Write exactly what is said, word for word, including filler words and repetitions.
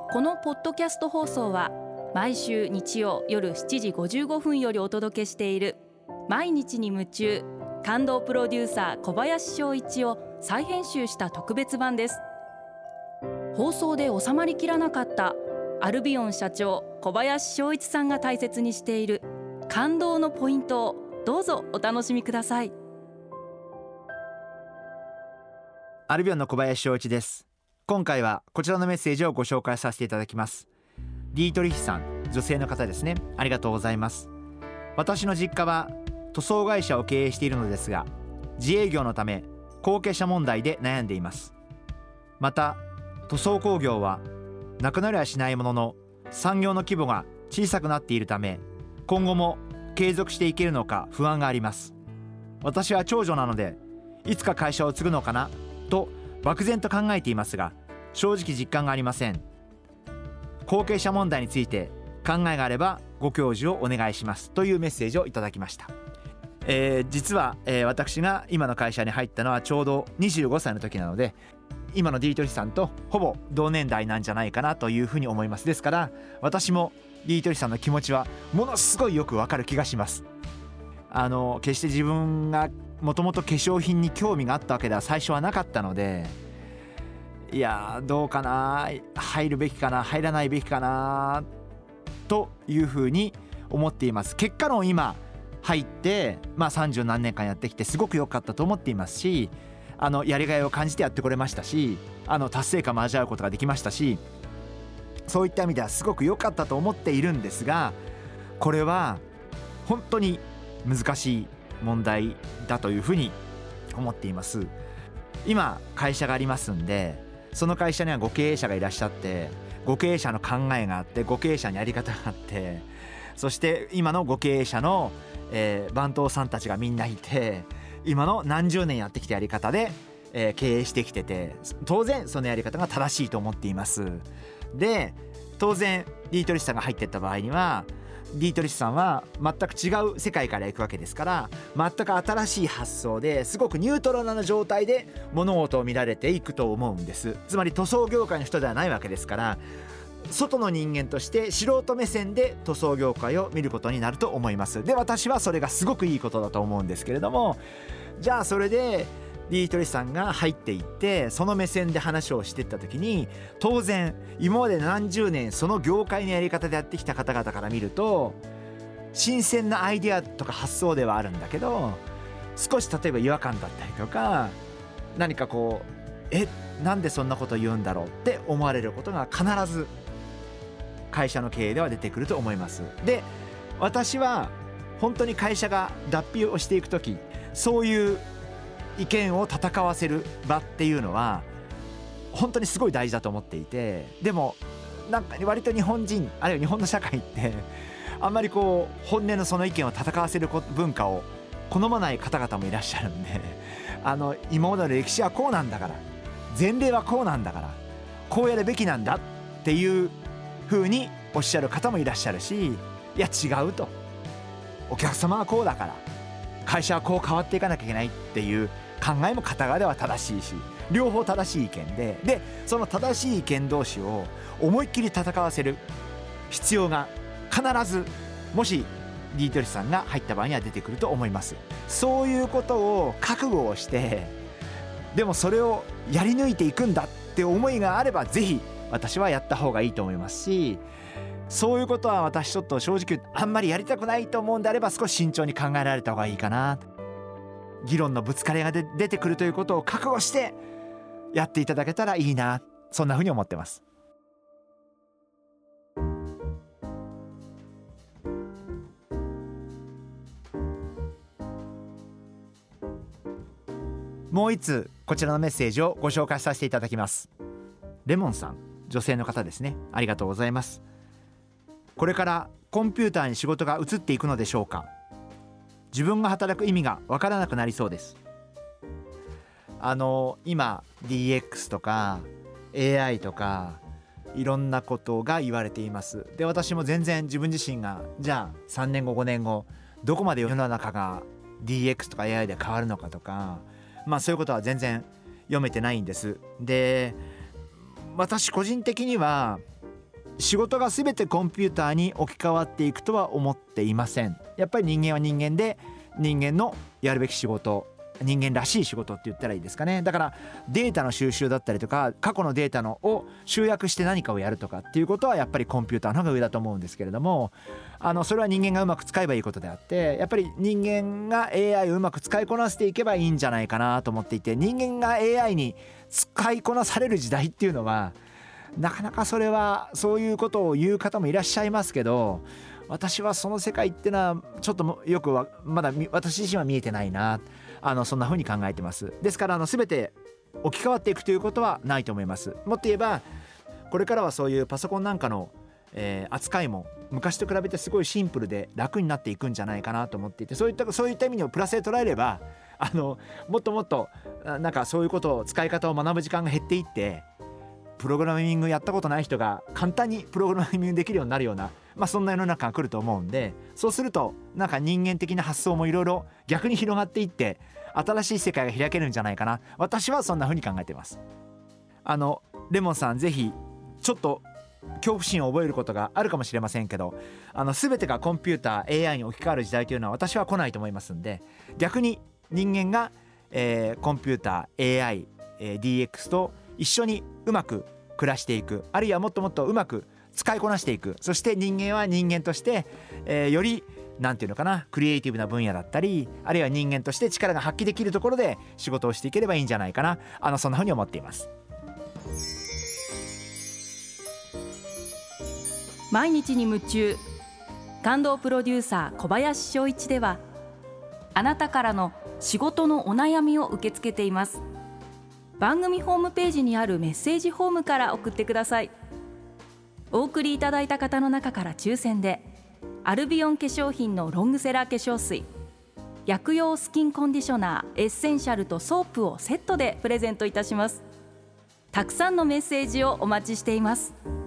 このポッドキャスト放送は毎週日曜夜しちじごじゅうごふんよりお届けしている毎日に夢中感動プロデューサー小林翔一を再編集した特別版です。放送で収まりきらなかったアルビオン社長小林翔一さんが大切にしている感動のポイントをどうぞお楽しみください。 アルビオンの小林翔一です。今回はこちらのメッセージをご紹介させていただきます。ディートリヒさん、女性の方ですね。ありがとうございます。私の実家は塗装会社を経営しているのですが、自営業のため後継者問題で悩んでいます。また塗装工業はなくなりはしないものの産業の規模が小さくなっているため、今後も継続していけるのか不安があります。私は長女なのでいつか会社を継ぐのかなと漠然と考えていますが、正直実感がありません。後継者問題について考えがあればご教授をお願いしますというメッセージをいただきました。えー、実は、えー、私が今の会社に入ったのはちょうどにじゅうごさいの時なので、今のディートリさんとほぼ同年代なんじゃないかなというふうに思います。ですから私もディートリさんの気持ちはものすごいよくわかる気がします。あの決して自分がもともと化粧品に興味があったわけでは最初はなかったので、いやどうかな、入るべきかな、入らないべきかなというふうに思っています。結果論今入って、まあ、さんじゅう何年間やってきてすごく良かったと思っていますし、あのやりがいを感じてやってこれましたし、あの達成感も味わうことができましたし、そういった意味ではすごく良かったと思っているんですが、これは本当に難しい問題だというふうに思っています。今会社がありますんで、その会社にはご経営者がいらっしゃって、ご経営者の考えがあって、ご経営者にやり方があって、そして今のご経営者の、えー、番頭さんたちがみんないて、今の何十年やってきたやり方で、えー、経営してきてて、当然そのやり方が正しいと思っています。で当然ディートリスさんが入っていった場合には、ディートリスさんは全く違う世界から行くわけですから、全く新しい発想ですごくニュートラルな状態で物事を見られていくと思うんです。つまり塗装業界の人ではないわけですから、外の人間として素人目線で塗装業界を見ることになると思います。で私はそれがすごくいいことだと思うんですけれども、じゃあそれでディートリスさんが入っていってその目線で話をしていった時に、当然今まで何十年その業界のやり方でやってきた方々から見ると新鮮なアイデアとか発想ではあるんだけど、少し例えば違和感だったりとか、何かこうえなんでそんなこと言うんだろうって思われることが必ず会社の経営では出てくると思います。で私は本当に会社が脱皮をしていく時、そういう意見を戦わせる場っていうのは本当にすごい大事だと思っていて、でもなんか割と日本人、あるいは日本の社会ってあんまりこう本音のその意見を戦わせる文化を好まない方々もいらっしゃるんで、あの今までの歴史はこうなんだから、前例はこうなんだから、こうやるべきなんだっていう風におっしゃる方もいらっしゃるし、いや違うと、お客様はこうだから会社はこう変わっていかなきゃいけないっていう考えも片側では正しいし、両方正しい意見で、でその正しい意見同士を思いっきり戦わせる必要が必ず、もしディートリスさんが入った場合には出てくると思います。そういうことを覚悟をして、でもそれをやり抜いていくんだって思いがあれば、ぜひ私はやった方がいいと思いますし、そういうことは私ちょっと正直あんまりやりたくないと思うんであれば、少し慎重に考えられた方がいいかな。議論のぶつかりがで出てくるということを覚悟してやっていただけたらいいな、そんなふうに思ってます。もう一つこちらのメッセージをご紹介させていただきます。レモンさん、女性の方ですね。ありがとうございます。これからコンピューターに仕事が移っていくのでしょうか。自分が働く意味がわからなくなりそうです。あの今 ディーエックス とか エーアイ とかいろんなことが言われています。で私も全然自分自身がじゃあさんねんごごねんごどこまで世の中が ディーエックス とか エーアイ で変わるのかとか、まあそういうことは全然読めてないんです。で私個人的には仕事が全てコンピューターに置き換わっていくとは思っていません。やっぱり人間は人間で、人間のやるべき仕事、人間らしい仕事って言ったらいいですかね。だからデータの収集だったりとか、過去のデータのを集約して何かをやるとかっていうことはやっぱりコンピューターの方が上だと思うんですけれども、あのそれは人間がうまく使えばいいことであって、やっぱり人間が エーアイ をうまく使いこなしていけばいいんじゃないかなと思っていて、人間が エーアイ に使いこなされる時代っていうのはなかなかそれはそういうことを言う方もいらっしゃいますけど、私はその世界ってのはちょっとよくはまだ私自身は見えてないな、あのそんな風に考えてます。ですからあの全て置き換わっていくということはないと思います。もっと言えばこれからはそういうパソコンなんかの、えー、扱いも昔と比べてすごいシンプルで楽になっていくんじゃないかなと思っていて、そういったそういった意味をプラスで捉えれば、あのもっともっとなんかそういうことを使い方を学ぶ時間が減っていって、プログラミングやったことない人が簡単にプログラミングできるようになるような、まあ、そんな世の中が来ると思うんで、そうするとなんか人間的な発想もいろいろ逆に広がっていって新しい世界が開けるんじゃないかな、私はそんな風に考えています。あのレモンさん、ぜひちょっと恐怖心を覚えることがあるかもしれませんけど、あの全てがコンピューター エーアイ に置き換わる時代というのは私は来ないと思いますんで、逆に人間が、えー、コンピューター エーアイ、えー、ディーエックス と一緒にうまく暮らしていく、あるいはもっともっとうまく使いこなしていく、そして人間は人間として、えー、よりなんていうのかな、クリエイティブな分野だったり、あるいは人間として力が発揮できるところで仕事をしていければいいんじゃないかな、あのそんなふうに思っています。 毎日に夢中、感動プロデューサー小林翔一では、あなたからの仕事のお悩みを受け付けています。番組ホームページにあるメッセージフォームから送ってください。お送りいただいた方の中から抽選でアルビオン化粧品のロングセラー化粧水、薬用スキンコンディショナーエッセンシャルとソープをセットでプレゼントいたします。たくさんのメッセージをお待ちしています。